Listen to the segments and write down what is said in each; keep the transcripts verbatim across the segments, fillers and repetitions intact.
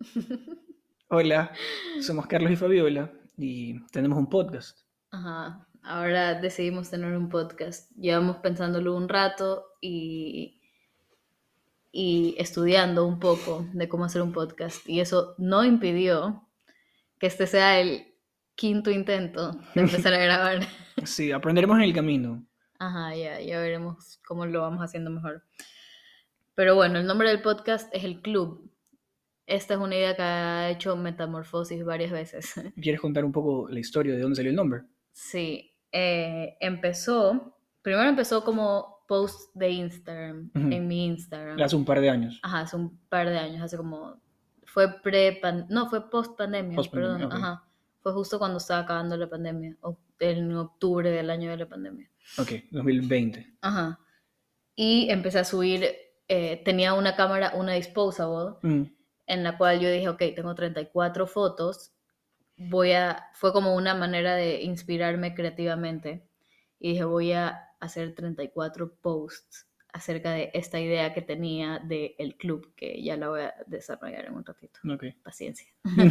Hola, somos Carlos y Fabiola y tenemos un podcast. Ajá, ahora decidimos tener un podcast. Llevamos pensándolo un rato y, y estudiando un poco de cómo hacer un podcast. Y eso no impidió que este sea el quinto intento de empezar a grabar. Sí, aprenderemos en el camino. Ajá, ya, ya veremos cómo lo vamos haciendo mejor. Pero bueno, el nombre del podcast es El Club. Esta es una idea que ha hecho Metamorfosis varias veces. ¿Quieres contar un poco la historia de dónde salió el nombre? Sí, eh, empezó, primero empezó como post de Instagram, Ujú. en mi Instagram. Hace un par de años, Ajá, hace un par de años, hace como, fue pre, no, fue post pandemia, post pandemia. perdón, Ok, ajá, fue justo cuando estaba acabando la pandemia, o- en octubre del año de la pandemia. ok, dos mil veinte. Ajá, y empecé a subir, eh, tenía una cámara, una disposable, Mm, en la cual yo dije, ok, tengo treinta y cuatro fotos, voy a, fue como una manera de inspirarme creativamente y dije, voy a hacer treinta y cuatro posts acerca de esta idea que tenía del club, que ya la voy a desarrollar en un ratito. ok. Paciencia.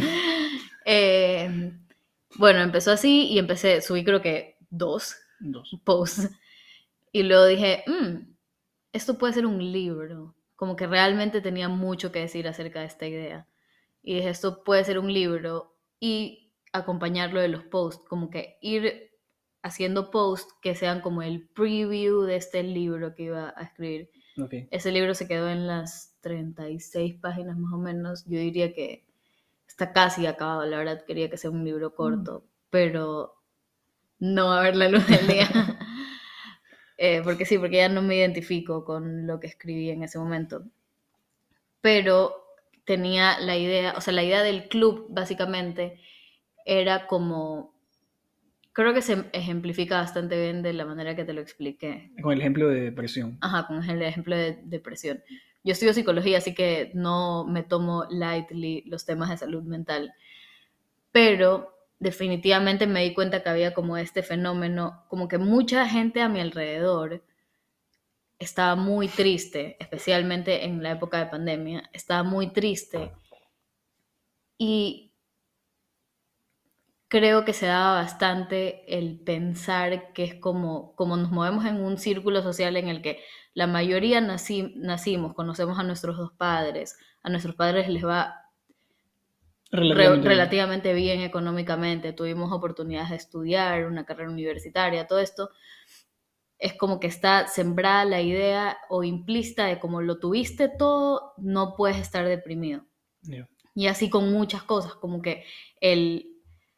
eh, bueno, empezó así y empecé, subí creo que dos Dos. posts y luego dije, mmm, esto puede ser un libro, como que realmente tenía mucho que decir acerca de esta idea. Y dije, esto puede ser un libro y acompañarlo de los posts, como que ir haciendo posts que sean como el preview de este libro que iba a escribir. Ok. Ese libro se quedó en las treinta y seis páginas más o menos. Yo diría que está casi acabado, la verdad quería que sea un libro Mm. corto, pero no va a ver la luz del día. Eh, porque sí, porque ya no me identifico con lo que escribí en ese momento. Pero tenía la idea, o sea, la idea del club básicamente era como, creo que se ejemplifica bastante bien de la manera que te lo expliqué. Con el ejemplo de depresión. Ajá, con el ejemplo de depresión. Yo estudio psicología, así que no me tomo lightly los temas de salud mental, pero definitivamente me di cuenta que había como este fenómeno, como que mucha gente a mi alrededor estaba muy triste, especialmente en la época de pandemia, estaba muy triste y creo que se daba bastante el pensar que es como, como nos movemos en un círculo social en el que la mayoría nací, nacimos, conocemos a nuestros dos padres, a nuestros padres les va re, Relativamente bien. relativamente bien económicamente, tuvimos oportunidades de estudiar, una carrera universitaria, todo esto, es como que está sembrada la idea o implícita de como lo tuviste todo, no puedes estar deprimido. Yeah. Y así con muchas cosas, como que el,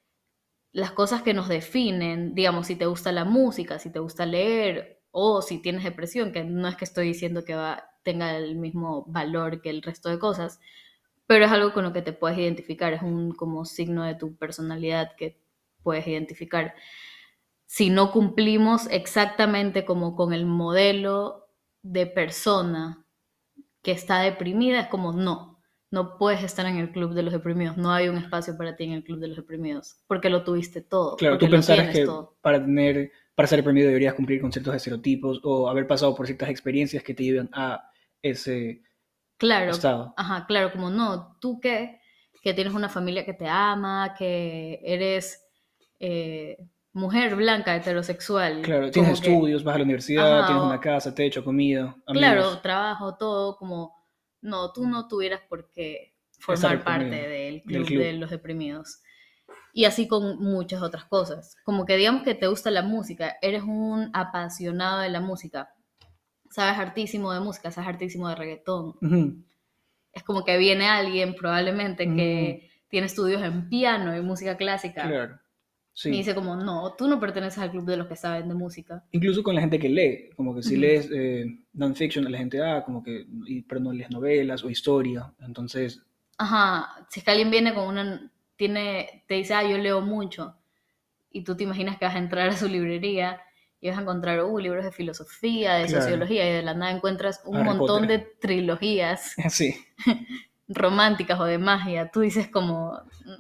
las cosas que nos definen, digamos, si te gusta la música, si te gusta leer o si tienes depresión, que no es que estoy diciendo que va, tenga el mismo valor que el resto de cosas, pero es algo con lo que te puedes identificar, es un como signo de tu personalidad que puedes identificar. Si no cumplimos exactamente como con el modelo de persona que está deprimida, es como no, no puedes estar en el club de los deprimidos, no hay un espacio para ti en el club de los deprimidos, porque lo tuviste todo, Claro, tú porque lo pensarás tienes que todo. para tener, para ser deprimido deberías cumplir con ciertos estereotipos o haber pasado por ciertas experiencias que te llevan a ese Claro, estado. ajá, claro, como no, tú que, que tienes una familia que te ama, que eres eh, mujer blanca, heterosexual, Claro, tienes como que, estudios, vas a la universidad, tienes ajá, una o- casa, techo, comida, claro, amigos. trabajo, todo, como, no, tú no tuvieras por qué Estar formar parte deprimido del del club de club. los deprimidos. Y así con muchas otras cosas. Como que digamos que te gusta la música, eres un apasionado de la música, sabes hartísimo de música, sabes hartísimo de reggaetón. Ujú. Es como que viene alguien probablemente Mm, que tiene estudios en piano y música clásica claro, y sí. dice como, no, tú no perteneces al club de los que saben de música. Incluso con la gente que lee, como que si Ujú. lees eh, non-fiction, la gente, ah, como que, y- pero no lees novelas o historia. Entonces, Ajá, si es que alguien viene con una, tiene, te dice, ah, yo leo mucho, y tú te imaginas que vas a entrar a su librería y vas a encontrar uh, libros de filosofía, de claro, sociología, y de la nada encuentras un Harry montón Potter. de trilogías Sí, románticas o de magia. Tú dices como,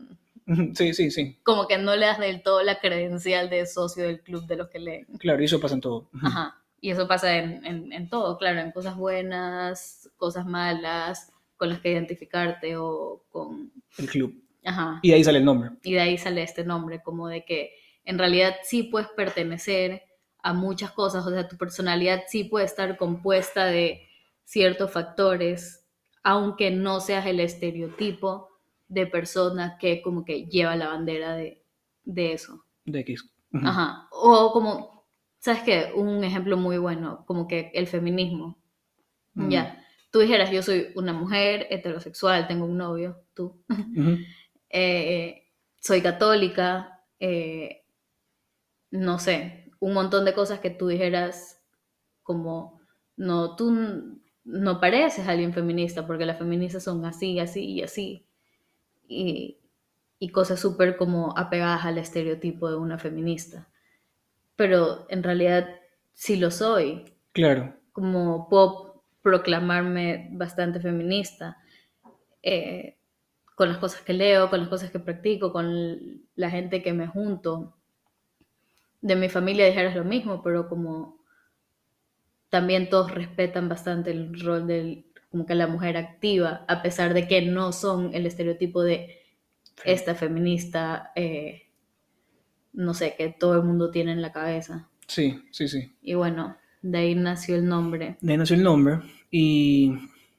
sí, sí, sí. como que no le das del todo la credencial de socio del club de los que leen. Claro, y eso pasa en todo. Ujú. Ajá. Y eso pasa en, en, en todo, claro, en cosas buenas, cosas malas, con las que identificarte o con... El club. Ajá. Y de ahí sale el nombre. Y de ahí sale este nombre, como de que en realidad sí puedes pertenecer a muchas cosas, o sea, tu personalidad sí puede estar compuesta de ciertos factores, aunque no seas el estereotipo de persona que como que lleva la bandera de, de eso. De X. Uh-huh. Ajá. O como, ¿sabes qué? Un ejemplo muy bueno, como que el feminismo. Mm. Ya. Tú dijeras, yo soy una mujer heterosexual, tengo un novio, tú. Uh-huh. eh, soy católica, eh, no sé, un montón de cosas que tú dijeras como, no, tú no pareces alguien feminista porque las feministas son así, así y así. Y, y cosas súper como apegadas al estereotipo de una feminista. Pero en realidad sí lo soy. Claro. Como puedo proclamarme bastante feminista. Eh, con las cosas que leo, con las cosas que practico, con la gente que me junto. De mi familia dijeras lo mismo, pero como también todos respetan bastante el rol del, como que la mujer activa, a pesar de que no son el estereotipo de esta feminista, eh, no sé, que todo el mundo tiene en la cabeza. Sí, sí, sí. Y bueno, de ahí nació el nombre. De ahí nació el nombre y,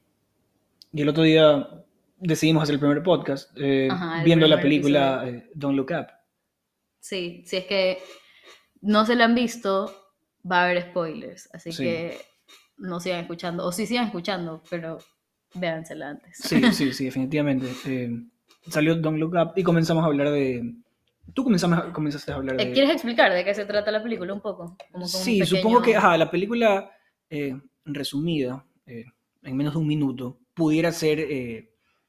y el otro día decidimos hacer el primer podcast eh, Ajá, el viendo la película eh, Don't Look Up. Sí, si es que no se la han visto, va a haber spoilers, así sí. que no sigan escuchando, o sí sigan escuchando, pero véansela antes. Sí, sí, sí, definitivamente. Eh, salió Don't Look Up y comenzamos a hablar de... Tú comenzamos, comenzaste a hablar de... ¿Quieres explicar de qué se trata la película un poco? Como sí, un pequeño... supongo que ajá, la película, eh, resumida, eh, en menos de un minuto, pudiera ser eh,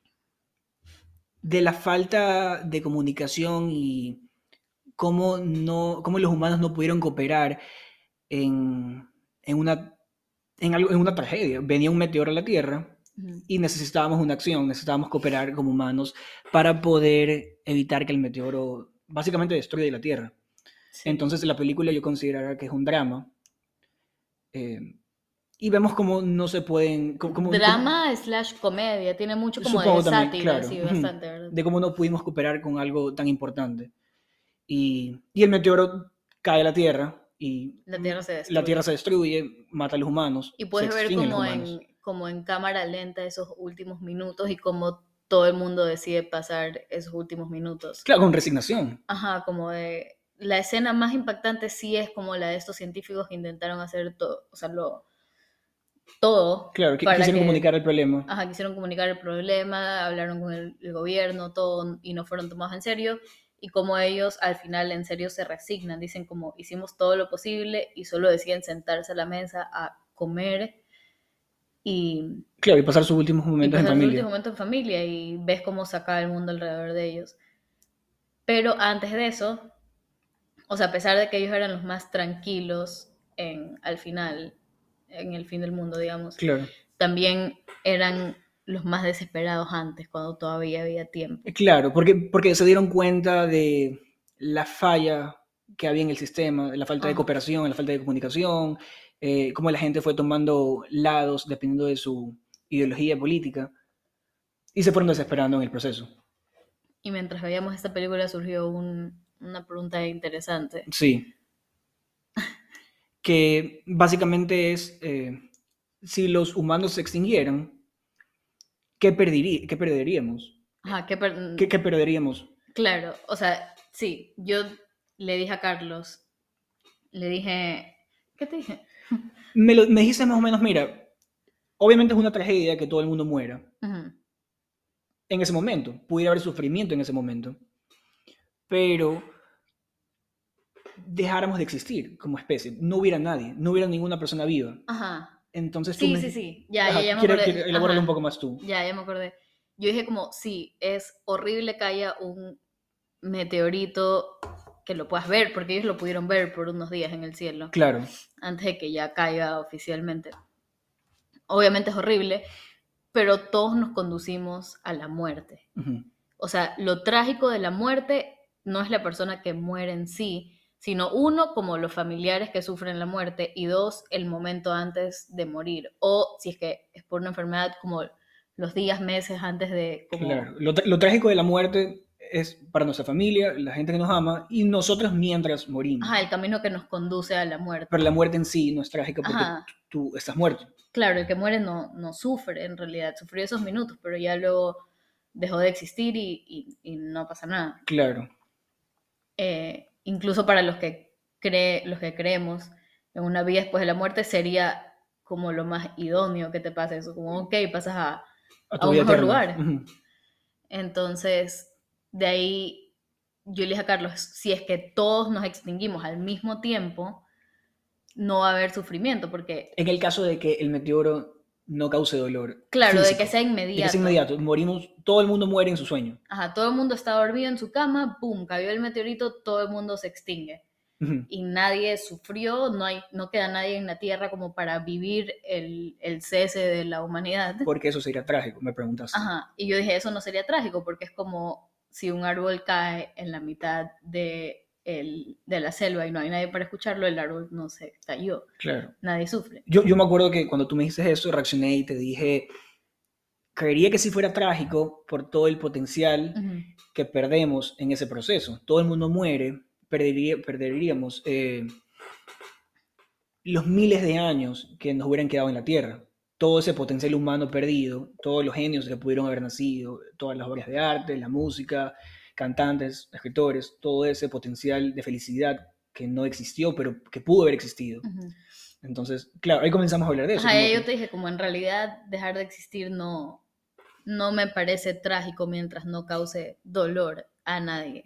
de la falta de comunicación y cómo, no, cómo los humanos no pudieron cooperar en, en, una, en, algo, en una tragedia. Venía un meteoro a la Tierra y necesitábamos una acción, necesitábamos cooperar como humanos para poder evitar que el meteoro básicamente destruya la Tierra. Sí. Entonces la película yo consideraría que es un drama. Eh, y vemos cómo no se pueden... Cómo, drama cómo, slash comedia, tiene mucho como de también, sátira, claro, sí, bastante, ¿verdad? De cómo no pudimos cooperar con algo tan importante. Y, y el meteoro cae a la Tierra y la Tierra se destruye, la tierra se destruye mata a los humanos. Y puedes ver como en, como en cámara lenta esos últimos minutos y cómo todo el mundo decide pasar esos últimos minutos. Claro, con resignación. Ajá, como de... La escena más impactante sí es como la de estos científicos que intentaron hacer todo, o sea, lo, todo. Claro, que quisieron que, comunicar el problema. Ajá, quisieron comunicar el problema, hablaron con el, el gobierno, todo, y no fueron tomados en serio. Y como ellos al final en serio se resignan, dicen como hicimos todo lo posible y solo deciden sentarse a la mesa a comer y... Claro, y pasar sus últimos momentos en familia. sus últimos momentos en familia y ves cómo saca el mundo alrededor de ellos. Pero antes de eso, o sea, a pesar de que ellos eran los más tranquilos en, al final, en el fin del mundo, digamos, claro. También eran los más desesperados antes, cuando todavía había tiempo. Claro, porque, porque se dieron cuenta de la falla que había en el sistema, de la falta ah. de cooperación, la falta de comunicación, eh, cómo la gente fue tomando lados dependiendo de su ideología política y se fueron desesperando en el proceso. Y mientras veíamos esta película surgió un, una pregunta interesante. Sí. Que básicamente es... Eh, si los humanos se extinguieran, ¿qué, perderí qué perderíamos? Ajá, ¿qué, per ¿Qué, ¿Qué perderíamos? Claro, o sea, sí, yo le dije a Carlos, le dije, ¿qué te dije? Me, lo, me dijiste más o menos, mira, obviamente es una tragedia que todo el mundo muera. Uh-huh. En ese momento, pudiera haber sufrimiento en ese momento, pero dejáramos de existir como especie, no hubiera nadie, no hubiera ninguna persona viva. Ajá. Entonces sí, tú me... sí, sí, ya, Ajá, ya, ya me quiero, acordé. Quiero elaborarlo un poco más tú. Ya, ya me acordé. Yo dije como, sí, es horrible que haya un meteorito que lo puedas ver, porque ellos lo pudieron ver por unos días en el cielo. Claro. Antes de que ya caiga oficialmente. Obviamente es horrible, pero todos nos conducimos a la muerte. Uh-huh. O sea, lo trágico de la muerte no es la persona que muere en sí, sino uno, como los familiares que sufren la muerte, y dos, el momento antes de morir. O si es que es por una enfermedad, como los días, meses antes de Claro. como, Lo, tra- lo trágico de la muerte es para nuestra familia, la gente que nos ama, y nosotros mientras ajá, morimos. el camino que nos conduce a la Pero muerte. la muerte en sí no es trágica porque t- Ajá, tú estás muerto. claro, el que muere no, no sufre en realidad, sufrió esos minutos, pero ya luego dejó de existir y, y- y no pasa nada. Claro. Eh, incluso para los que, cree, los que creemos en una vida después de la muerte sería como lo más idóneo que te pase eso, como ok, pasas a, A tu a un vida mejor eterna. lugar. Ujú. Entonces, de ahí yo le dije a Carlos, si es que todos nos extinguimos al mismo tiempo, no va a haber sufrimiento, porque En el caso de que el meteoro no cause dolor claro, de que físico, sea de que sea inmediato. inmediato, morimos, todo el mundo muere en su sueño. Ajá, todo el mundo está dormido en su cama, pum, cayó el meteorito, todo el mundo se extingue. Ujú. Y nadie sufrió, no, hay, no queda nadie en la Tierra como para vivir el, el cese de la humanidad. Porque eso sería trágico, me preguntaste. Ajá, y yo dije, eso no sería trágico, porque es como si un árbol cae en la mitad de, el, de la selva y no hay nadie para escucharlo, el árbol no se cayó, Claro. nadie sufre. Yo, yo me acuerdo que cuando tú me dijiste eso, reaccioné y te dije, creería que si fuera trágico por todo el potencial Ujú, que perdemos en ese proceso. Todo el mundo muere, perdería, perderíamos eh, los miles de años que nos hubieran quedado en la Tierra. Todo ese potencial humano perdido, todos los genios que pudieron haber nacido, todas las obras de arte, la música, cantantes, escritores, todo ese potencial de felicidad que no existió, pero que pudo haber existido. ujú. Entonces, claro, ahí comenzamos a hablar de eso, Ajá, como y yo que, te dije, como en realidad dejar de existir no, no me parece trágico mientras no cause dolor a nadie.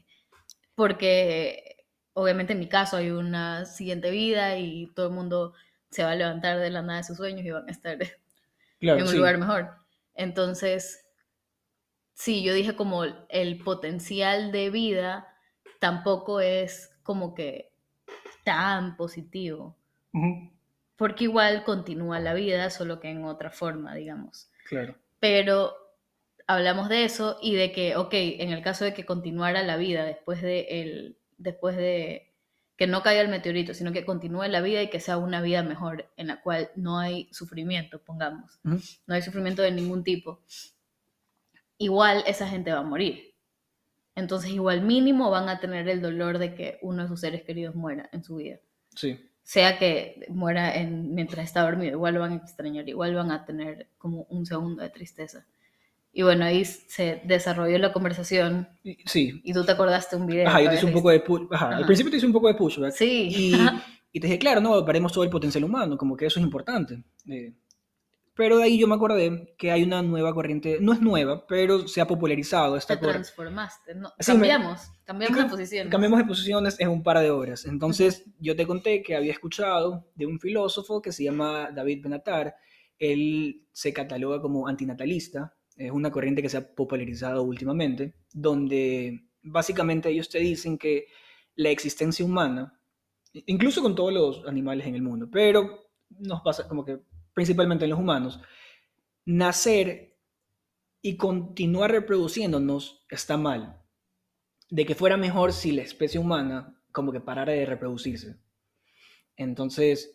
Porque obviamente en mi caso hay una siguiente vida y todo el mundo se va a levantar de la nada de sus sueños y van a estar claro, en un lugar sí. mejor. Entonces, sí, yo dije como el potencial de vida tampoco es como que tan positivo, Ujú. porque igual continúa la vida, solo que en otra forma, digamos. Claro. Pero hablamos de eso y de que, ok, en el caso de que continuara la vida después de, el, después de que no caiga el meteorito, sino que continúe la vida y que sea una vida mejor, en la cual no hay sufrimiento, pongamos, Ujú. no hay sufrimiento de ningún tipo, igual esa gente va a morir. Entonces, igual mínimo van a tener el dolor de que uno de sus seres queridos muera en su vida. Sí. Sea que muera en, mientras está dormido, igual lo van a extrañar, igual van a tener como un segundo de tristeza. Y bueno, ahí se desarrolló la conversación Y- Sí. y tú te acordaste un video Ajá, que yo te hice habías un poco visto. de push, ajá, al Ajá. principio te hice un poco de pushback Sí. y, y te dije, claro, no, veremos todo el potencial humano, como que eso es importante. Eh, pero de ahí yo me acordé que hay una nueva corriente, no es nueva, pero se ha popularizado Te esta corriente. transformaste. No, Sí, me, cambiamos, y cambiamos de ca- posiciones. cambiamos de posiciones en un par de horas. Ujú, Entonces yo te conté que había escuchado de un filósofo que se llama David Benatar. Él se cataloga como antinatalista. Es una corriente que se ha popularizado últimamente, donde básicamente ellos te dicen que la existencia humana, incluso con todos los animales en el mundo, pero nos pasa como que principalmente en los humanos, nacer y continuar reproduciéndonos está mal, de que fuera mejor si la especie humana como que parara de reproducirse. Entonces,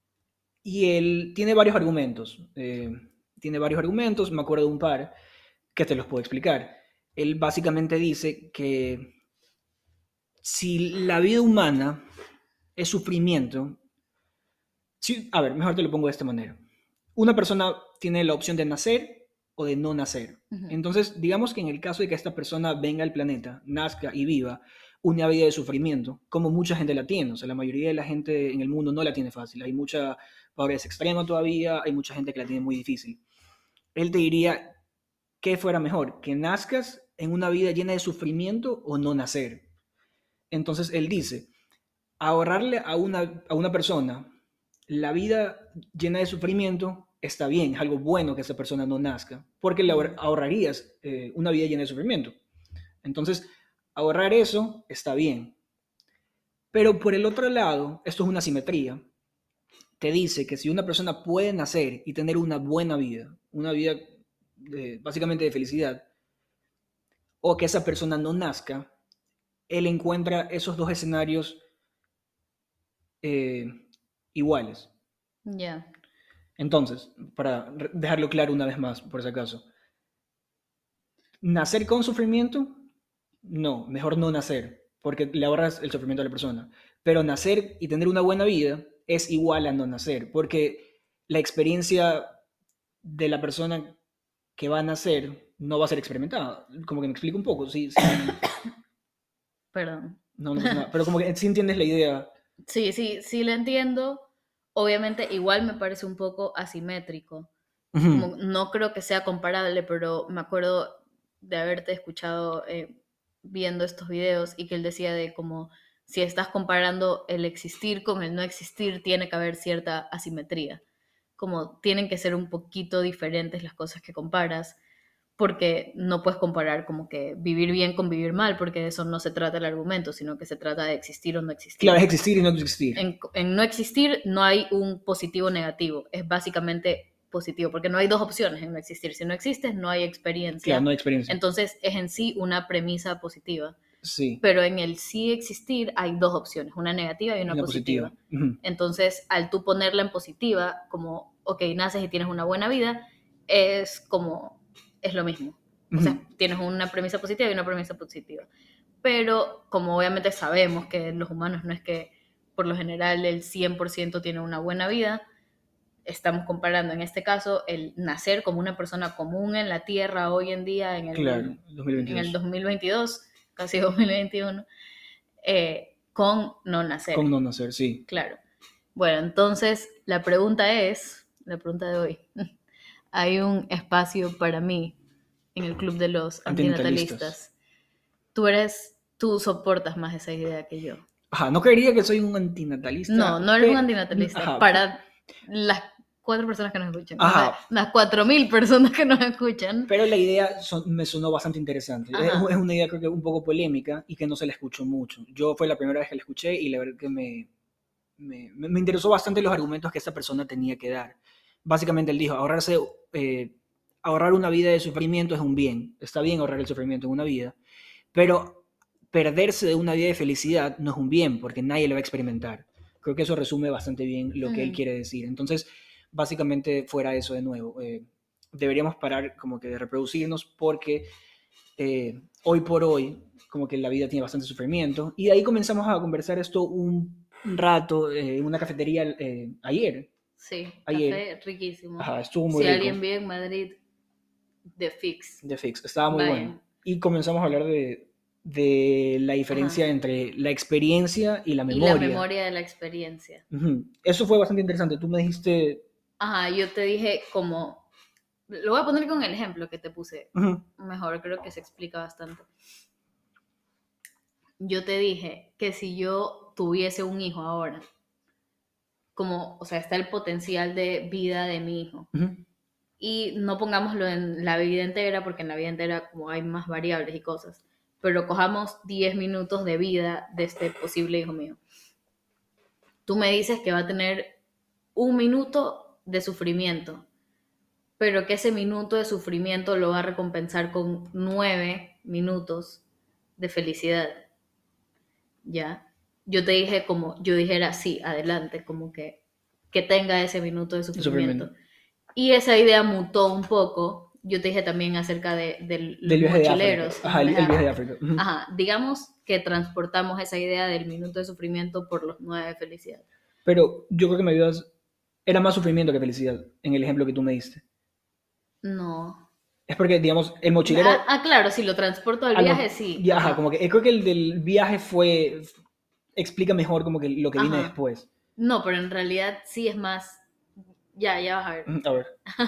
y él tiene varios argumentos, eh, tiene varios argumentos, me acuerdo de un par que te los puedo explicar. Él básicamente dice que si la vida humana es sufrimiento, si, a ver, mejor te lo pongo de esta manera. Una persona tiene la opción de nacer o de no nacer. ujú. Entonces, digamos que en el caso de que esta persona venga al planeta, nazca y viva una vida de sufrimiento, como mucha gente la tiene, o sea, la mayoría de la gente en el mundo no la tiene fácil, hay mucha pobreza extrema todavía, hay mucha gente que la tiene muy difícil. Él te diría, ¿qué fuera mejor? ¿Que nazcas en una vida llena de sufrimiento o no nacer? Entonces, él dice, ahorrarle a una, a una persona la vida llena de sufrimiento está bien, es algo bueno que esa persona no nazca, porque le Ujú. ahorrarías eh, una vida llena de sufrimiento. Entonces, ahorrar eso está bien. Pero por el otro lado, esto es una simetría. Te dice que si una persona puede nacer y tener una buena vida, una vida de, básicamente de felicidad, o que esa persona no nazca, él encuentra esos dos escenarios eh, iguales. Ya. Entonces, para dejarlo claro una vez más, por si acaso, nacer con sufrimiento, no, mejor no nacer, porque le ahorras el sufrimiento a la persona. Pero nacer y tener una buena vida es igual a no nacer, porque la experiencia de la persona que va a nacer no va a ser experimentada. Como que me explico un poco, sí, sí, Perdón. no, no pasa nada, pero como que sí entiendes la idea. Sí, sí, sí lo entiendo. Obviamente igual me parece un poco asimétrico. Ujú. Como no creo que sea comparable, pero me acuerdo de haberte escuchado eh, viendo estos videos y que él decía de como si estás comparando el existir con el no existir, tiene que haber cierta asimetría. Como tienen que ser un poquito diferentes las cosas que comparas, porque no puedes comparar como que vivir bien con vivir mal, porque de eso no se trata el argumento, sino que se trata de existir o no Claro, es existir. existir y no existir. En, en no existir no hay un positivo o negativo, es básicamente positivo, porque no hay dos opciones en no existir. Si no existes, no hay Claro, experiencia, no hay experiencia. entonces es en sí una premisa positiva. Sí, Pero en el sí existir hay dos opciones, una negativa y una una positiva. positiva. Ujú. Entonces, al tú ponerla en positiva, como, ok, naces y tienes una buena vida, es como, es lo mismo. O sea, Ujú. tienes una premisa positiva y una premisa positiva. Pero como obviamente sabemos que los humanos no es que por lo general el cien por ciento tiene una buena vida, estamos comparando en este caso el nacer como una persona común en la Tierra hoy en día, en Claro, el, en el dos mil veintidós. dos mil veintidós, casi dos mil veintiuno, eh, con no nacer, Con no nacer, sí. claro. Bueno, entonces la pregunta es, la pregunta de hoy, ¿hay un espacio para mí en el club de los Antinatalistas. antinatalistas? Tú eres, tú soportas más esa idea que yo. Ajá, no creería que soy un antinatalista, No, no eres un pero... antinatalista. Ajá, Para las cuatro personas que nos escuchan, las, ajá, las cuatro mil personas que nos escuchan. pero la idea son- me sonó bastante interesante. Es, es Ajá. una idea creo que un poco polémica y que no se la escuchó mucho. Yo fue la primera vez que la escuché y la verdad que me, me, me interesó bastante los argumentos que esa persona tenía que dar. Básicamente él dijo, ahorrarse, eh, ahorrar una vida de sufrimiento es un bien. Está bien ahorrar el sufrimiento en una vida, pero perderse de una vida de felicidad no es un bien porque nadie lo va a experimentar. Creo que eso resume bastante bien lo que él Ujú. quiere decir. Entonces, básicamente fuera eso de nuevo. Eh, deberíamos parar como que de reproducirnos porque eh, hoy por hoy como que la vida tiene bastante sufrimiento y de ahí comenzamos a conversar esto un rato eh, en una cafetería eh, ayer. Sí, Ayer, café riquísimo. ajá, estuvo muy Si alguien rico. vive en Madrid, The Fix, De Fix, estaba muy bueno. vayan. Y comenzamos a hablar de, de la diferencia Ajá. entre la experiencia y la Y la memoria. memoria de la experiencia. Ujú. Eso fue bastante interesante. Tú me dijiste... Ajá, yo te dije como, lo voy a poner con el ejemplo que te puse. Ujú, Mejor, creo que se explica bastante. Yo te dije que si yo tuviese un hijo ahora, como, o sea, está el potencial de vida de mi hijo. ujú. Y no pongámoslo en la vida entera, porque en la vida entera como hay más variables y cosas, pero cojamos diez minutos de vida de este posible hijo mío. Tú me dices que va a tener un minuto de sufrimiento, pero que ese minuto de sufrimiento lo va a recompensar con nueve minutos de felicidad, ¿ya? Yo te dije como, yo dijera, sí, adelante, como que, que tenga ese minuto de El sufrimiento. sufrimiento. Y esa idea mutó un poco. Yo te dije también acerca de, de los Del viaje de África. mochileros, Ajá, ajá, el, viaje el de viaje de África. África. Ujú. Ajá, digamos que transportamos esa idea del minuto de sufrimiento por los nueve de felicidad. Pero yo creo que me ayudas... Era más sufrimiento que felicidad en el ejemplo que tú me diste. No. Es porque, digamos, el Ah, mochilero... ah, claro, si lo transporto al Al viaje, mo- sí. ya, ajá, como Ajá. que creo que el del viaje fue... Explica mejor como que lo que viene Ajá. después. No, pero en realidad sí es más. Ya, ya vas a ver. Ujú, a ver.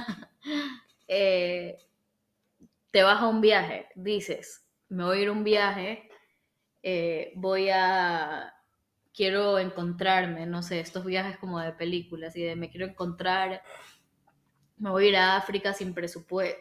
Eh, te vas a un viaje, dices, me voy a ir a un viaje, eh, voy a, quiero encontrarme, no sé, estos viajes como de películas y de me quiero encontrar, me voy a ir a África sin presupuesto,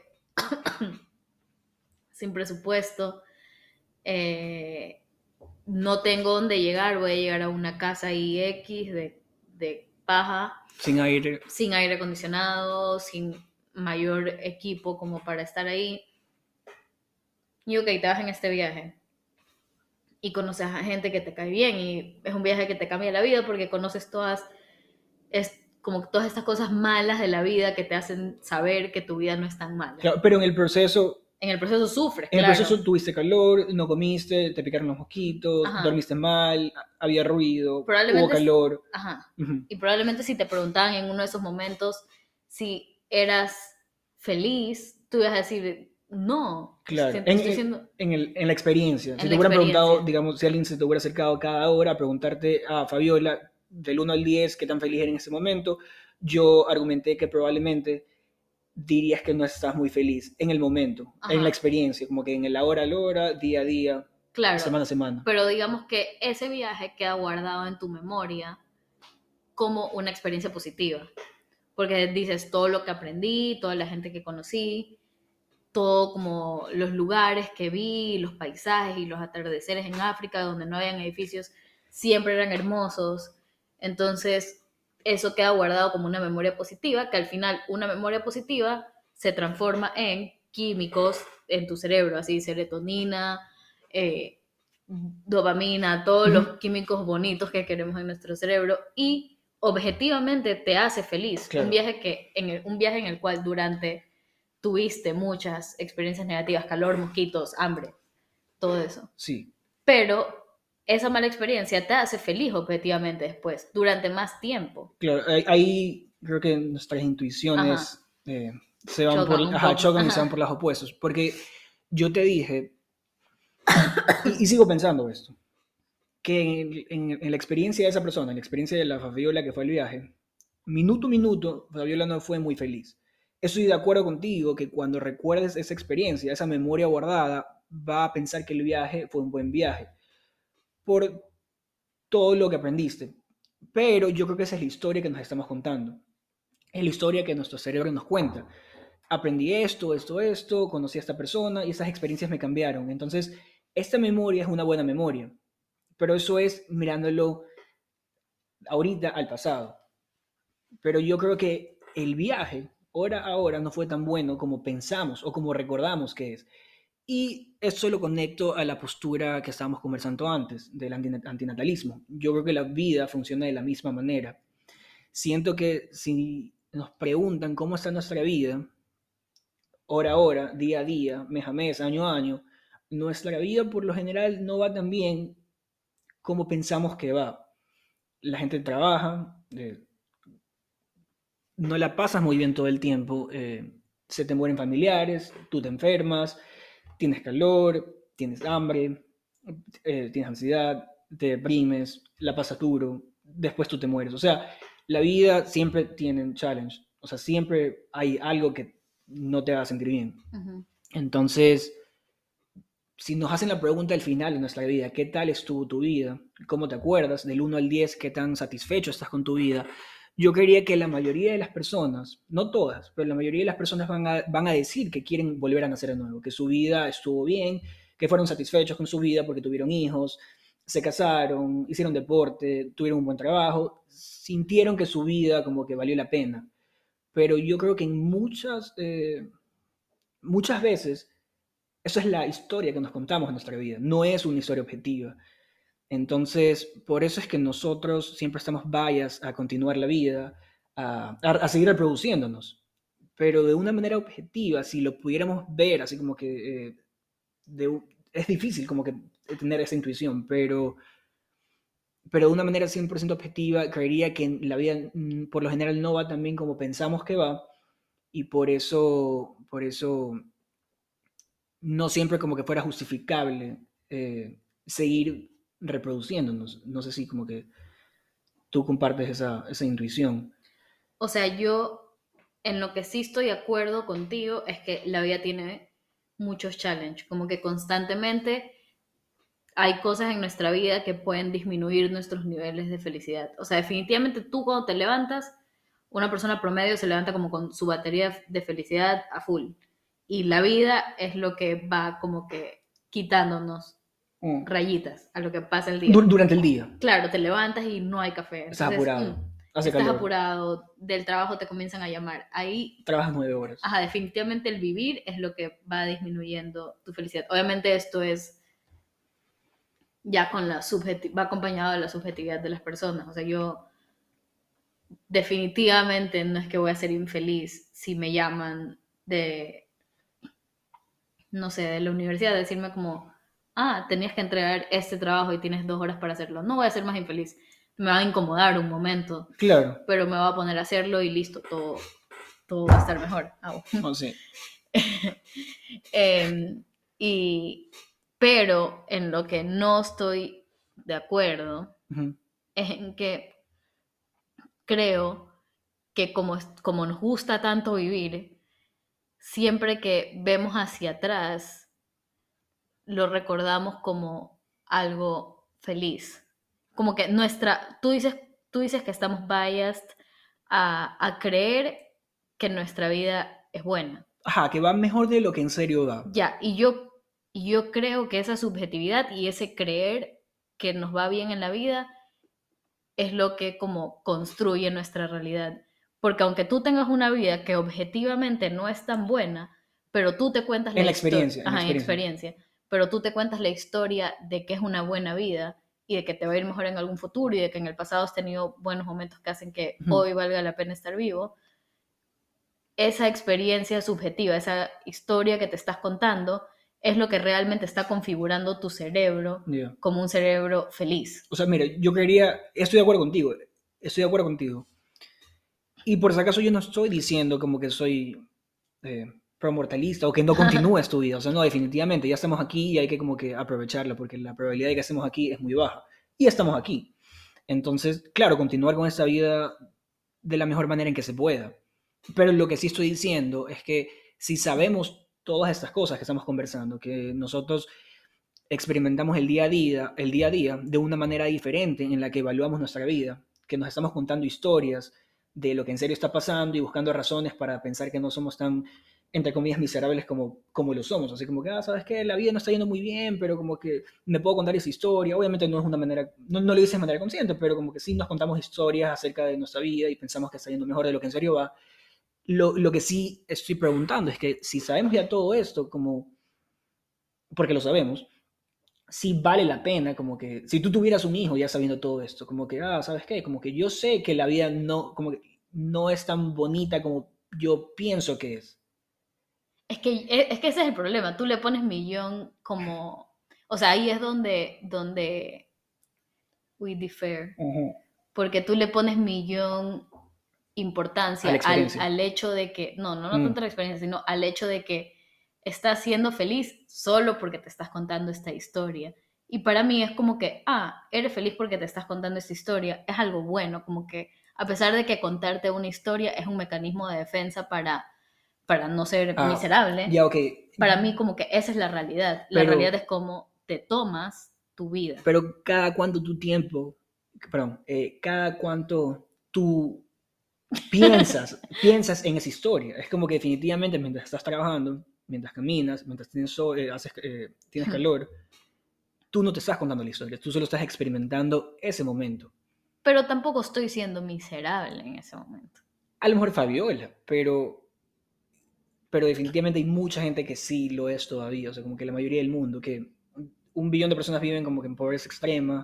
sin presupuesto, eh, no tengo dónde llegar, voy a llegar a una casa I X de, de paja, Sin aire. sin aire acondicionado, sin mayor equipo como para estar ahí. Y ok, te vas en este viaje y conoces a gente que te cae bien y es un viaje que te cambia la vida porque conoces todas, es como todas estas cosas malas de la vida que te hacen saber que tu vida no es tan mala. Claro, pero en el proceso En el proceso sufres, En el claro. proceso tuviste calor, no comiste, te picaron los mosquitos, Ajá. dormiste mal, había ruido, hubo Probablemente, calor. ajá. Ujú. Y probablemente si te preguntaban en uno de esos momentos si eras feliz, tú ibas a decir, no, Claro, en, estoy en, siendo en el- en la experiencia. Si en te la hubieran preguntado, experiencia. digamos, si alguien se te hubiera acercado cada hora a preguntarte a Fabiola, del uno al diez qué tan feliz eres en ese momento, yo argumenté que probablemente dirías que no estás muy feliz en el momento, en la Ajá, experiencia, como que en el hora a la hora, día a día, claro. semana a semana. Pero digamos que ese viaje queda guardado en tu memoria como una experiencia positiva. Porque dices todo lo que aprendí, toda la gente que conocí, todo como los lugares que vi, los paisajes y los atardeceres en África donde no habían edificios, siempre eran hermosos. Entonces, eso queda guardado como una memoria positiva, que al final una memoria positiva se transforma en químicos en tu cerebro, así serotonina, eh, dopamina, todos Ujú. los químicos bonitos que queremos en nuestro cerebro y objetivamente te hace feliz. Un Claro, viaje, que, en el, un viaje en el cual durante tuviste muchas experiencias negativas, calor, mosquitos, hambre, todo eso. sí, Pero esa mala experiencia te hace feliz objetivamente después, durante más tiempo. claro. Ahí, ahí creo que nuestras Ajá, intuiciones eh, se van por, chocan un ajá, poco. chocan y se van por Ajá. las opuestos. Porque yo te dije, y, y sigo pensando esto, que en, en- en la experiencia de esa persona, en la experiencia de la Fabiola que fue al viaje, minuto a minuto, Fabiola no fue muy feliz. Estoy de acuerdo contigo que cuando recuerdes esa experiencia, esa memoria guardada, va a pensar que el viaje fue un buen viaje por todo lo que aprendiste. Pero yo creo que esa es la historia que nos estamos contando. Es la historia que nuestro cerebro nos cuenta. Aprendí esto, esto, esto, conocí a esta persona y esas experiencias me cambiaron. Entonces, esta memoria es una buena memoria, pero eso es mirándolo ahorita al pasado. Pero yo creo que el viaje, hora a hora, no fue tan bueno como pensamos o como recordamos que es. Y eso lo conecto a la postura que estábamos conversando antes, del antinatalismo. Yo creo que la vida funciona de la misma manera. Siento que si nos preguntan cómo está nuestra vida, hora a hora, día a día, mes a mes, año a año, nuestra vida por lo general no va tan bien como pensamos que va. La gente trabaja, eh, no la pasas muy bien todo el tiempo, eh, se te mueren familiares, tú te enfermas, tienes calor, tienes hambre, eh, tienes ansiedad, te deprimes, la pasas duro, después tú te mueres. O sea, la vida siempre tiene un challenge, o sea, siempre hay algo que no te va a sentir bien. Uh-huh. Entonces, si nos hacen la pregunta al final de nuestra vida, ¿qué tal estuvo tu vida? ¿Cómo te acuerdas? Del uno al diez, ¿qué tan satisfecho estás con tu vida? Yo creería que la mayoría de las personas, no todas, pero la mayoría de las personas van a, van a decir que quieren volver a nacer de nuevo, que su vida estuvo bien, que fueron satisfechos con su vida porque tuvieron hijos, se casaron, hicieron deporte, tuvieron un buen trabajo, sintieron que su vida como que valió la pena. Pero yo creo que en muchas, eh, muchas veces eso es la historia que nos contamos en nuestra vida, no es una historia objetiva. Entonces, por eso es que nosotros siempre estamos bias a continuar la vida, a, a, a seguir reproduciéndonos. Pero de una manera objetiva, si lo pudiéramos ver, así como que eh, de, es difícil como que tener esa intuición, pero, pero de una manera cien por ciento objetiva, creería que la vida mm, por lo general no va tan bien como pensamos que va, y por eso, por eso no siempre como que fuera justificable eh, seguir reproduciéndonos. No sé si como que tú compartes esa, esa intuición. O sea, yo en lo que sí estoy de acuerdo contigo es que la vida tiene muchos challenges, como que constantemente hay cosas en nuestra vida que pueden disminuir nuestros niveles de felicidad. O sea, definitivamente tú cuando te levantas, una persona promedio se levanta como con su batería de felicidad a full. Y la vida es lo que va como que quitándonos Mm. rayitas a lo que pasa el día. Dur- durante el día. Claro, te levantas y no hay café. Estás Entonces, mm, apurado. Hace estás calor. apurado, del trabajo te comienzan a llamar. Ahí, Trabajas nueve horas. ajá, definitivamente el vivir es lo que va disminuyendo tu felicidad. Obviamente esto es ya con la subjetividad, va acompañado de la subjetividad de las personas. O sea, yo definitivamente no es que voy a ser infeliz si me llaman de, no sé, de la universidad, decirme como, ah, tenías que entregar este trabajo y tienes dos horas para hacerlo. No voy a ser más infeliz. Me va a incomodar un momento, Claro, pero me va a poner a hacerlo y listo, todo, todo va a estar mejor. Ah, no sé. eh, y, pero en lo que no estoy de acuerdo Ujú. es en que creo que como, como nos gusta tanto vivir, siempre que vemos hacia atrás, lo recordamos como algo feliz. Como que nuestra, tú dices, tú dices que estamos biased a, a creer que nuestra vida es buena. Ajá, que va mejor de lo que en serio va. Ya, y yo, y yo creo que esa subjetividad y ese creer que nos va bien en la vida es lo que como construye nuestra realidad. Porque aunque tú tengas una vida que objetivamente no es tan buena, pero tú te cuentas la En la historia, experiencia, en la ajá, en experiencia. experiencia, pero tú te cuentas la historia de que es una buena vida y de que te va a ir mejor en algún futuro y de que en el pasado has tenido buenos momentos que hacen que Ujú. hoy valga la pena estar vivo, esa experiencia subjetiva, esa historia que te estás contando, es lo que realmente está configurando tu cerebro Ya. como un cerebro feliz. O sea, mira, yo quería, estoy de acuerdo contigo, estoy de acuerdo contigo. Y por si acaso yo no estoy diciendo como que soy eh, promortalista o que no continúes tu vida. O sea, no, definitivamente, ya estamos aquí y hay que como que aprovecharla porque la probabilidad de que estemos aquí es muy baja. Y estamos aquí. Entonces, claro, continuar con esta vida de la mejor manera en que se pueda. Pero lo que sí estoy diciendo es que si sabemos todas estas cosas que estamos conversando, que nosotros experimentamos el día a día, el día a día de una manera diferente en la que evaluamos nuestra vida, que nos estamos contando historias de lo que en serio está pasando y buscando razones para pensar que no somos tan, entre comillas, miserables como, como lo somos. Así como que, ah, ¿sabes qué? La vida no está yendo muy bien, pero como que me puedo contar esa historia. Obviamente no es una manera, no, no lo dices de manera consciente, pero como que sí nos contamos historias acerca de nuestra vida y pensamos que está yendo mejor de lo que en serio va. Lo, lo que sí estoy preguntando es que si sabemos ya todo esto, como, porque lo sabemos, si vale la pena, como que si tú tuvieras un hijo ya sabiendo todo esto, como que, ah, ¿sabes qué? Como que yo sé que la vida no, como que no es tan bonita como yo pienso que es. Es que, e, es que ese es el problema. Tú le pones millón como. O sea, ahí es donde, donde we differ. Ujú. Porque tú le pones millón A importancia la al, experiencia. al hecho de que. No, no, no Mm. tanto la experiencia, sino al hecho de que estás siendo feliz solo porque te estás contando esta historia. Y para mí es como que, ah, eres feliz porque te estás contando esta historia. Es algo bueno, como que a pesar de que contarte una historia es un mecanismo de defensa para, para no ser Ah, miserable, ya, ok. para mí como que esa es la realidad. La Pero, realidad es cómo te tomas tu vida. pero cada cuánto tu tiempo, perdón, eh, cada cuánto tú piensas, piensas en esa historia. Es como que definitivamente mientras estás trabajando, mientras caminas, mientras tienes, sol, eh, haces, eh, tienes calor, tú no te estás contando la historia, tú solo estás experimentando ese momento. Pero tampoco estoy siendo miserable en ese momento. A lo mejor Fabiola, pero, pero definitivamente hay mucha gente que sí lo es todavía, o sea, como que la mayoría del mundo, que un billón de personas viven como que en pobreza extrema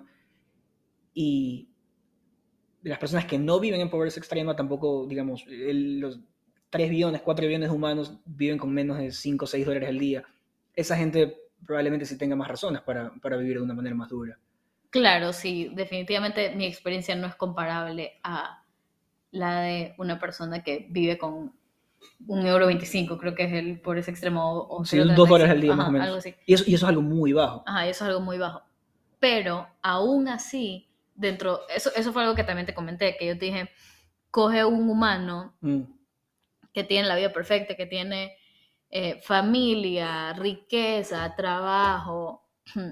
y las personas que no viven en pobreza extrema tampoco, digamos, el- los tres billones, cuatro billones de humanos viven con menos de cinco o seis dólares al día. Esa gente probablemente sí tenga más razones para, para vivir de una manera más dura. Claro, sí, definitivamente mi experiencia no es comparable a la de una persona que vive con un euro veinticinco, creo que es el por ese extremo, o Sí, cero coma dos treinta y dólares al cinco, día más o ajá, algo menos. así. Y eso, y eso es algo muy bajo. Ajá, eso es algo muy bajo. Pero aún así, dentro, eso, eso fue algo que también te comenté, que yo te dije, coge un humano Mm, que tiene la vida perfecta, que tiene eh, familia, riqueza, trabajo,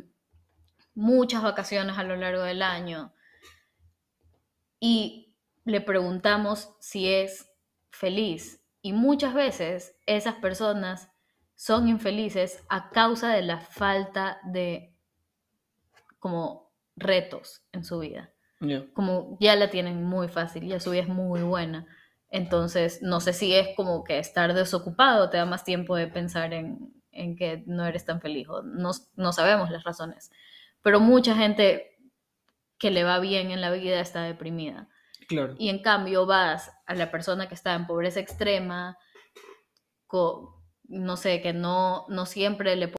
muchas vacaciones a lo largo del año, y le preguntamos si es feliz. Y muchas veces esas personas son infelices a causa de la falta de como retos en su vida. yeah. Como ya la tienen muy fácil, ya su vida es muy buena. Entonces, no sé si es como que estar desocupado te da más tiempo de pensar en, en que no eres tan feliz. O no, no sabemos las razones. Pero mucha gente que le va bien en la vida está deprimida. Claro. Y en cambio vas a la persona que está en pobreza extrema, co- no sé, que no, no siempre le...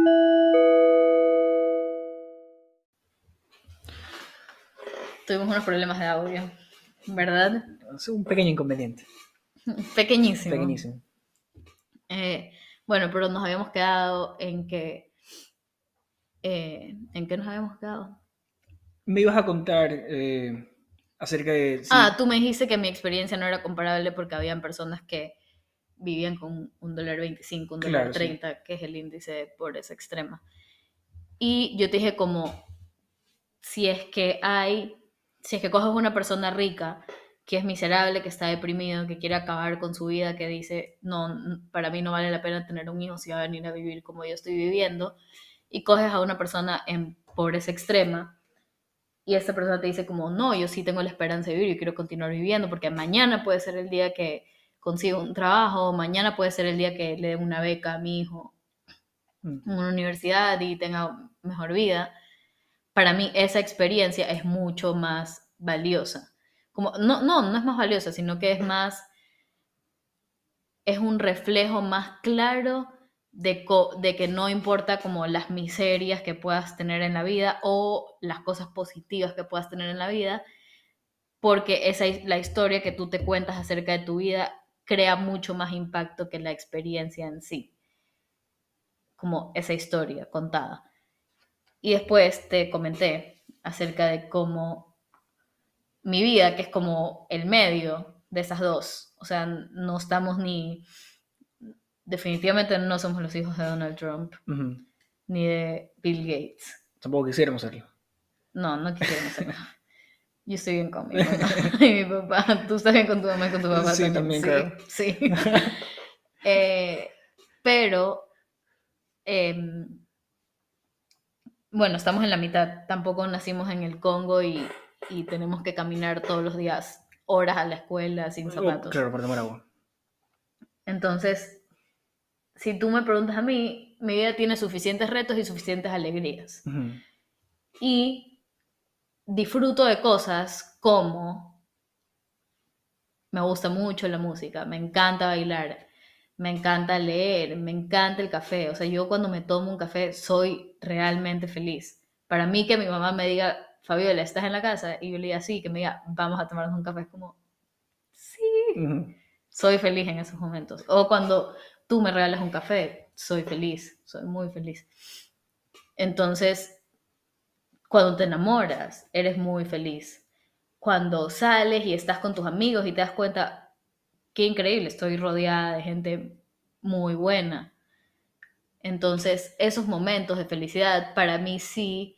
Tuvimos unos problemas de audio, ¿verdad? Es un pequeño inconveniente. Pequeñísimo. Pequeñísimo. Eh, bueno, pero nos habíamos quedado en que... Eh, ¿En qué nos habíamos quedado? Me ibas a contar eh, acerca de Ah, si... tú me dijiste que mi experiencia no era comparable porque habían personas que vivían con un dólar veinticinco, un dólar Claro, sí. treinta, que es el índice de pobreza extrema. Y yo te dije como, si es que hay, si es que coges una persona rica que es miserable, que está deprimido, que quiere acabar con su vida, que dice, no, para mí no vale la pena tener un hijo si va a venir a vivir como yo estoy viviendo, y coges a una persona en pobreza extrema, y esta persona te dice como, no, yo sí tengo la esperanza de vivir, yo quiero continuar viviendo, porque mañana puede ser el día que consigo un trabajo, mañana puede ser el día que le den una beca a mi hijo Mm. en una universidad y tenga mejor vida. Para mí esa experiencia es mucho más valiosa. Como, no, no, no es más valiosa, sino que es más, es un reflejo más claro de, co- de que no importa como las miserias que puedas tener en la vida o las cosas positivas que puedas tener en la vida, porque esa, la historia que tú te cuentas acerca de tu vida crea mucho más impacto que la experiencia en sí, como esa historia contada. Y después te comenté acerca de cómo mi vida, que es como el medio de esas dos, o sea, no estamos ni, definitivamente no somos los hijos de Donald Trump, Ujú. ni de Bill Gates. Tampoco quisiéramos hacerlo. No, no quisiéramos ser. Yo estoy bien con mi mamá y mi papá. Tú estás bien con tu mamá y con tu papá Sí, también. también, Sí, claro. sí. Eh, pero, eh, bueno, estamos en la mitad. Tampoco nacimos en el Congo y, y tenemos que caminar todos los días horas a la escuela sin Oh, zapatos. claro, por tomar agua. Entonces, si tú me preguntas a mí, mi vida tiene suficientes retos y suficientes alegrías. Ujú. Y disfruto de cosas como me gusta mucho la música, me encanta bailar, me encanta leer, me encanta el café. O sea, yo cuando me tomo un café soy realmente feliz. Para mí que mi mamá me diga, Fabiola, ¿estás en la casa? Y yo le diga, sí, que me diga, vamos a tomarnos un café. Es como, sí, Ujú. soy feliz en esos momentos. O cuando tú me regalas un café, soy feliz, soy muy feliz. Entonces, cuando te enamoras, eres muy feliz. Cuando sales y estás con tus amigos y te das cuenta, qué increíble, estoy rodeada de gente muy buena. Entonces, esos momentos de felicidad para mí sí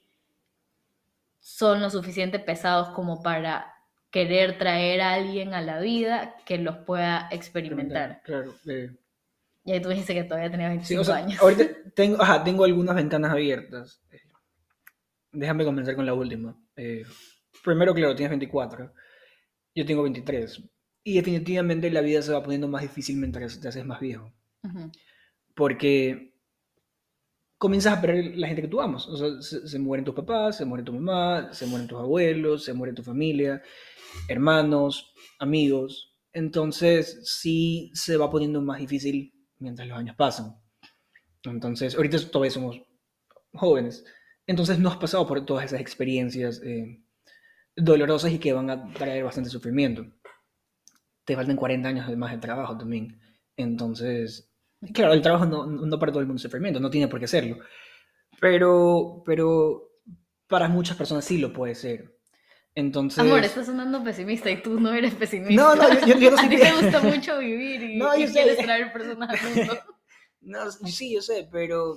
son lo suficiente pesados como para querer traer a alguien a la vida que los pueda Experimentar, experimentar. claro. eh, Y ahí tú dijiste que todavía tenía Sí, o veinticinco sea, años. ahorita tengo, ajá, tengo algunas ventanas abiertas. Eh, Déjame comenzar con la última. Eh, primero, claro, tienes veinticuatro. Yo tengo veintitrés. Y definitivamente la vida se va poniendo más difícil mientras te haces más viejo. Ujú. Porque comienzas a perder la gente que tú amas. O sea, se, se mueren tus papás, se muere tu mamá, se mueren tus abuelos, se muere tu familia, hermanos, amigos. Entonces, sí se va poniendo más difícil mientras los años pasan. Entonces, ahorita todavía somos jóvenes. Entonces, no has pasado por todas esas experiencias eh, dolorosas y que van a traer bastante sufrimiento. Te faltan cuarenta años más de trabajo también. Entonces, claro, el trabajo no, no para todo el mundo es sufrimiento, no tiene por qué serlo. Pero, pero para muchas personas sí lo puede ser. Amor, Entonces, estás sonando pesimista y tú no eres no, no, pesimista. yo, yo, yo no A soy... ti te gusta mucho vivir No, y, yo y quieres sé. traer personas al mundo. No, sí, yo sé, pero...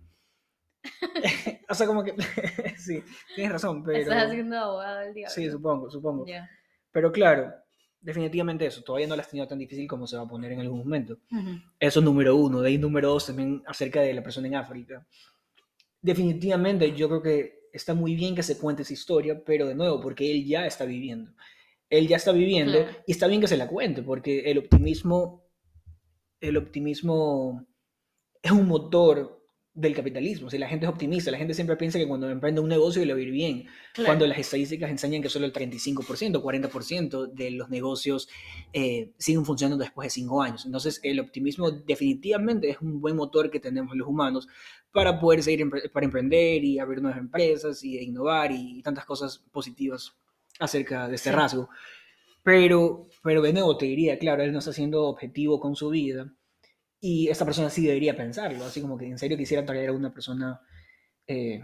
O sea, como que... Sí, tienes razón, Estás pero... haciendo abogado del Sí, diablo. supongo, supongo. Ya. Pero claro, definitivamente eso. Todavía no la has tenido tan difícil como se va a poner en algún momento. Ujú. Eso es número uno. De ahí número dos también acerca de la persona en África. Definitivamente yo creo que está muy bien que se cuente esa historia, pero de nuevo, porque él ya está viviendo. Él ya está viviendo Claro. y está bien que se la cuente, porque el optimismo, el optimismo es un motor del capitalismo. Si la gente es optimista, la gente siempre piensa que cuando emprende un negocio le va a ir bien, cuando Claro. las estadísticas enseñan que solo el treinta y cinco por ciento, cuarenta por ciento de los negocios eh, siguen funcionando después de cinco años. Entonces, el optimismo definitivamente es un buen motor que tenemos los humanos para poder seguir, para emprender y abrir nuevas empresas y innovar y tantas cosas positivas acerca de este Sí. rasgo. Pero, pero de nuevo te diría, claro, él no está siendo objetivo con su vida y esta persona sí debería pensarlo, así como que en serio quisiera traer a una persona... Eh,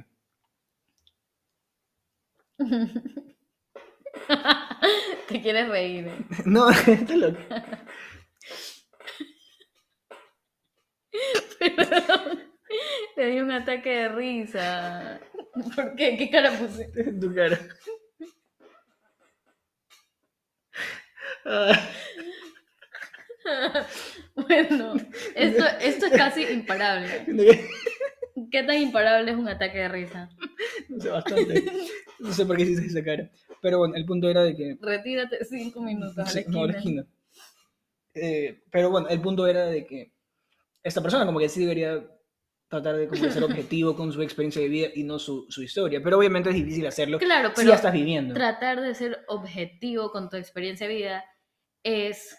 Te quieres reír. ¿Eh? no, está loco. Perdón. Te di un ataque de risa. ¿Por qué? ¿Qué cara puse? Tu cara. Ah. Bueno, esto, esto es casi imparable. ¿Qué tan imparable es un ataque de risa? No sé, bastante. No sé por qué hiciste esa cara. Pero bueno, el punto era de que... Retírate cinco minutos a la Sí, esquina. no, a la esquina. Eh, pero bueno, el punto era de que esta persona como que sí debería tratar de, como de ser objetivo con su experiencia de vida y no su, su historia. Pero obviamente es difícil hacerlo Claro, si pero ya estás viviendo. tratar de ser objetivo con tu experiencia de vida es...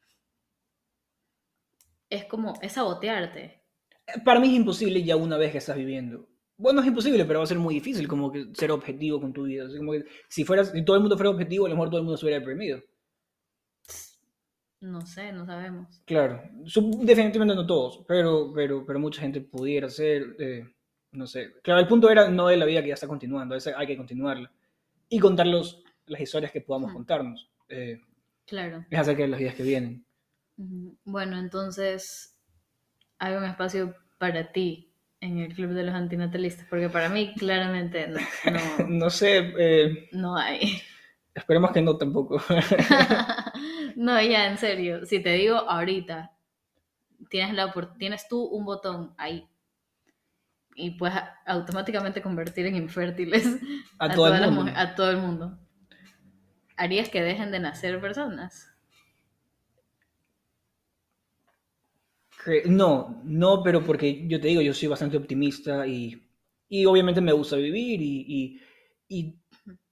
Es como... Es sabotearte. Para mí es imposible ya una vez que estás viviendo. Bueno, es imposible, pero va a ser muy difícil como que ser objetivo con tu vida. Así como que si, fueras, si todo el mundo fuera objetivo, a lo mejor todo el mundo estuviera deprimido. No sé, no sabemos. Claro, Sub- definitivamente no todos, pero, pero, pero mucha gente pudiera ser, eh, no sé. Claro, el punto era no de la vida que ya está continuando, esa hay que continuarla. Y contar los, las historias que podamos Ujú. contarnos. Eh, Claro. es acerca de los días que vienen. Ujú. Bueno, entonces hay un espacio para ti en el Club de los Antinatalistas, porque para mí claramente no, no, No sé, eh, no hay. esperemos que no tampoco. No, ya, en serio, si te digo ahorita, tienes, la, opor- tienes tú un botón ahí y puedes a- automáticamente convertir en infértiles A a todo el todas las mundo. mujeres, a todo el mundo. ¿Harías que dejen de nacer personas? Que- No, no, pero porque yo te digo, yo soy bastante optimista y, y obviamente me gusta vivir y, y, y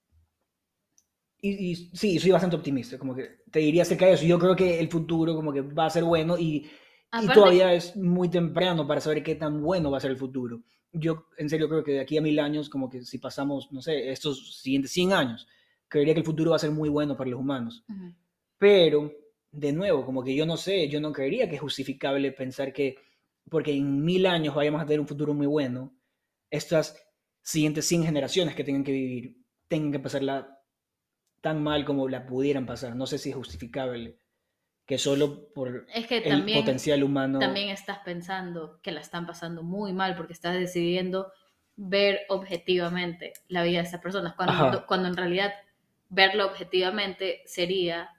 Y, y sí, soy bastante optimista, como que te diría acerca de eso. Yo creo que el futuro como que va a ser bueno y, y Aparte, todavía es muy temprano para saber qué tan bueno va a ser el futuro. Yo en serio creo que de aquí a mil años, como que si pasamos, no sé, estos siguientes cien años, creería que el futuro va a ser muy bueno para los humanos. ujú, Pero, de nuevo, como que yo no sé, yo no creería que es justificable pensar que porque en mil años vayamos a tener un futuro muy bueno, estas siguientes cien generaciones que tengan que vivir tengan que pasarla tan mal como la pudieran pasar. No sé si es justificable que solo por es que el también, potencial humano... también estás pensando que la están pasando muy mal porque estás decidiendo ver objetivamente la vida de esas personas, cuando, Ajá, cuando en realidad verlo objetivamente sería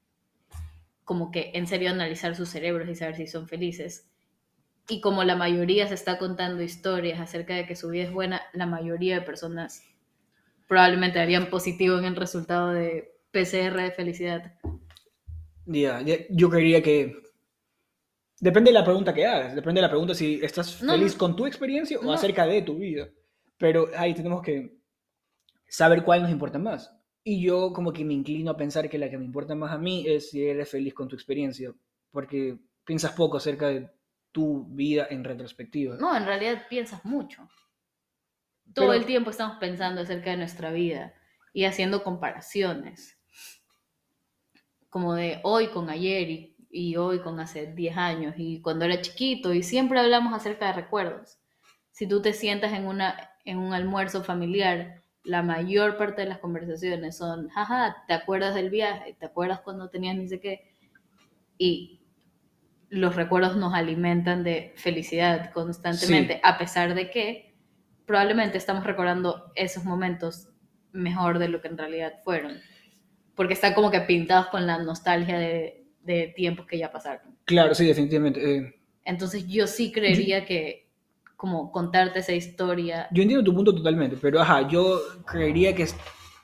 como que en serio analizar sus cerebros y saber si son felices. Y como la mayoría se está contando historias acerca de que su vida es buena, la mayoría de personas probablemente harían positivo en el resultado de P C R de felicidad. ya, ya, yo creería que depende de la pregunta que hagas, depende de la pregunta si estás No, feliz con tu experiencia o no, acerca de tu vida. Pero ahí tenemos que saber cuál nos importa más. Y yo como que me inclino a pensar que la que me importa más a mí es si eres feliz con tu experiencia, porque piensas poco acerca de tu vida en retrospectiva. no, en realidad piensas mucho. Todo Pero, el tiempo estamos pensando acerca de nuestra vida y haciendo comparaciones, como de hoy con ayer y, y hoy con hace diez años y cuando era chiquito y siempre hablamos acerca de recuerdos. Si tú te sientas en, una, en un almuerzo familiar, la mayor parte de las conversaciones son, jaja, ¿te acuerdas del viaje? ¿Te acuerdas cuando tenías ni sé qué? Y los recuerdos nos alimentan de felicidad constantemente, sí, a pesar de que probablemente estamos recordando esos momentos mejor de lo que en realidad fueron, porque están como que pintados con la nostalgia de, de tiempos que ya pasaron. claro, sí, definitivamente. Eh, Entonces yo sí yo, creería que como contarte esa historia, yo entiendo tu punto totalmente, pero ajá, yo creería que,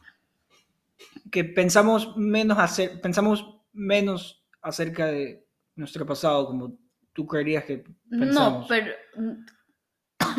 que pensamos, menos hacer, pensamos menos acerca de nuestro pasado, como tú creerías que no, pensamos. pero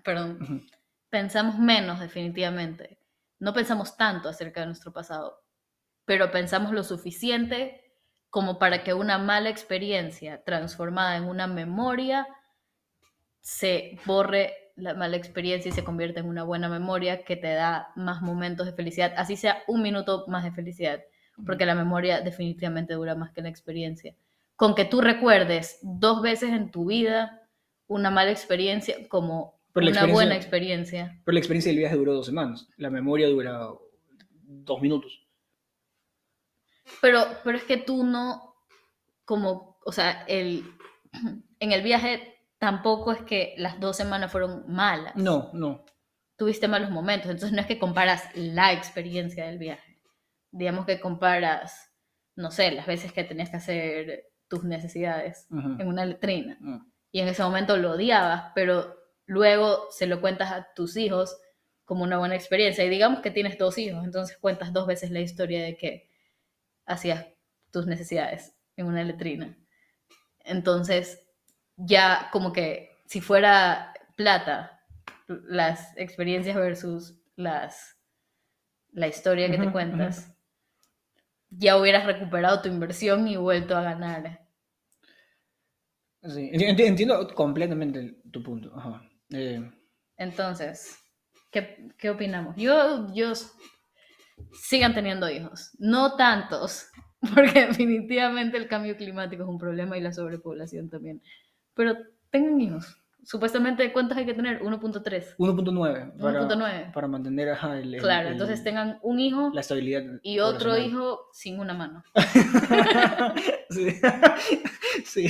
perdón, Ujú. pensamos menos definitivamente. No pensamos tanto acerca de nuestro pasado, pero pensamos lo suficiente como para que una mala experiencia transformada en una memoria se borre la mala experiencia y se convierta en una buena memoria que te da más momentos de felicidad, así sea un minuto más de felicidad, porque la memoria definitivamente dura más que la experiencia. Con que tú recuerdes dos veces en tu vida una mala experiencia como Pero la una buena experiencia, experiencia. pero la experiencia del viaje duró dos semanas. La memoria dura dos minutos. Pero, pero es que tú no, como, o sea, el, en el viaje tampoco es que las dos semanas fueron malas. No, no. Tuviste malos momentos, entonces no es que comparas la experiencia del viaje. Digamos que comparas, no sé, las veces que tenías que hacer tus necesidades Ujú. en una letrina. Mm. Y en ese momento lo odiabas, pero luego se lo cuentas a tus hijos como una buena experiencia. Y digamos que tienes dos hijos, entonces cuentas dos veces la historia de que hacías tus necesidades en una letrina. Entonces, ya como que si fuera plata, las experiencias versus las, la historia que te Ujú, cuentas, ujú. ya hubieras recuperado tu inversión y vuelto a ganar. Sí, enti- enti- entiendo completamente tu punto. Ajá. Eh, Entonces, ¿qué, qué opinamos? Yo, yo, sigan teniendo hijos, no tantos, porque definitivamente el cambio climático es un problema y la sobrepoblación también, pero tengan hijos. Supuestamente, ¿cuántos hay que tener? uno punto tres. uno punto nueve uno punto para, nueve. para mantener ajá, el, el- Claro, entonces el- tengan un hijo la estabilidad y otro poblacional. hijo sin una mano. Sí. Sí.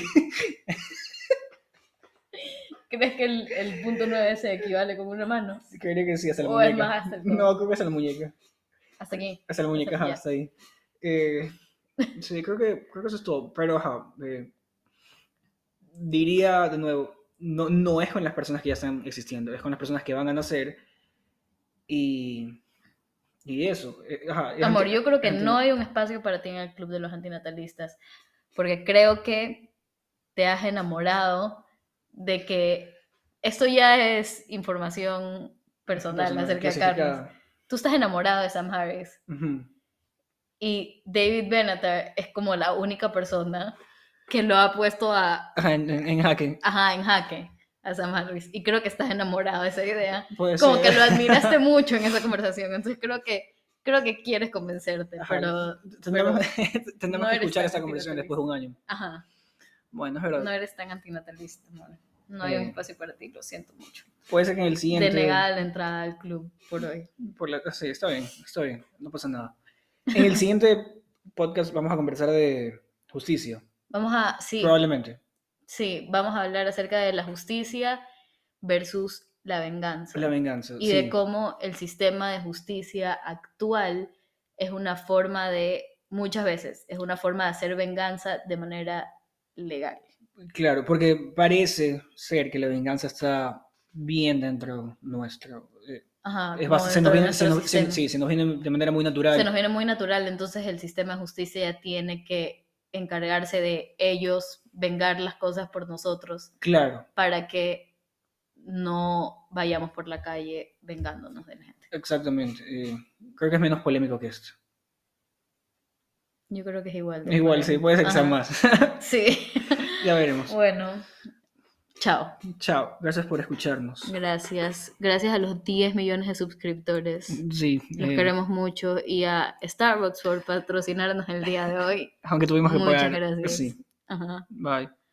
¿Crees que el, el punto nueve se equivale con una mano? Creería que sí, hasta la ¿O es muñeca. más hasta el codo? No, creo que hasta la muñeca. Hasta aquí. Hasta la muñeca, Hasta, ajá, ya. hasta ahí. Eh, sí, creo que, creo que eso es todo. Pero, ajá, eh, diría de nuevo, no, no es con las personas que ya están existiendo, es con las personas que van a nacer y, y eso. eh, Ajá, es Amor, anti- yo creo es que no anti- hay un espacio para ti en el club de los antinatalistas, porque creo que te has enamorado de que esto ya es información personal personal, acerca de Carlos. clasificada. Tú estás enamorado de Sam Harris Ujú. y David Benatar es como la única persona que lo ha puesto a, Ajá, en, en, en jaque. ajá, en jaque a Sam Harris y creo que estás enamorado de esa idea. Puede Como ser. que lo admiraste mucho en esa conversación, entonces creo que creo que quieres convencerte, Ajá, pero, tendremos, pero tendremos no que eres escuchar tan esta conversación después de un año. Ajá, Bueno, es verdad. no eres tan antinatalista, amor. No hay un Eh, espacio para ti, lo siento mucho. puede ser que en el siguiente... Denegada la entrada al club por hoy. Por la, sí, está bien, está bien, no pasa nada. En el siguiente podcast vamos a conversar de justicia, Vamos a, sí, probablemente. sí, vamos a hablar acerca de la justicia versus la venganza. La venganza, y sí. de cómo el sistema de justicia actual es una forma de, muchas veces, es una forma de hacer venganza de manera legal. Claro, porque parece ser que la venganza está bien dentro nuestro. eh, Ajá, Es como bast- se, dentro nos de viene, se, nuestro nos, se- sistema. sí, se nos viene de manera muy natural. Se nos viene muy natural, entonces el sistema de justicia ya tiene que encargarse de ellos vengar las cosas por nosotros Claro, para que no vayamos por la calle vengándonos de la gente. exactamente. eh, creo que es menos polémico que esto. Yo creo que es igual. de Igual, sí, polémico. puede ser que sea Ajá. más. Sí. Ya veremos. Bueno, chao. Chao, gracias por escucharnos. Gracias. Gracias a los diez millones de suscriptores. Sí, Los eh, queremos mucho. Y a Starbucks por patrocinarnos el día de hoy. aunque tuvimos que Muchas pagar. gracias. Sí, Ajá. bye.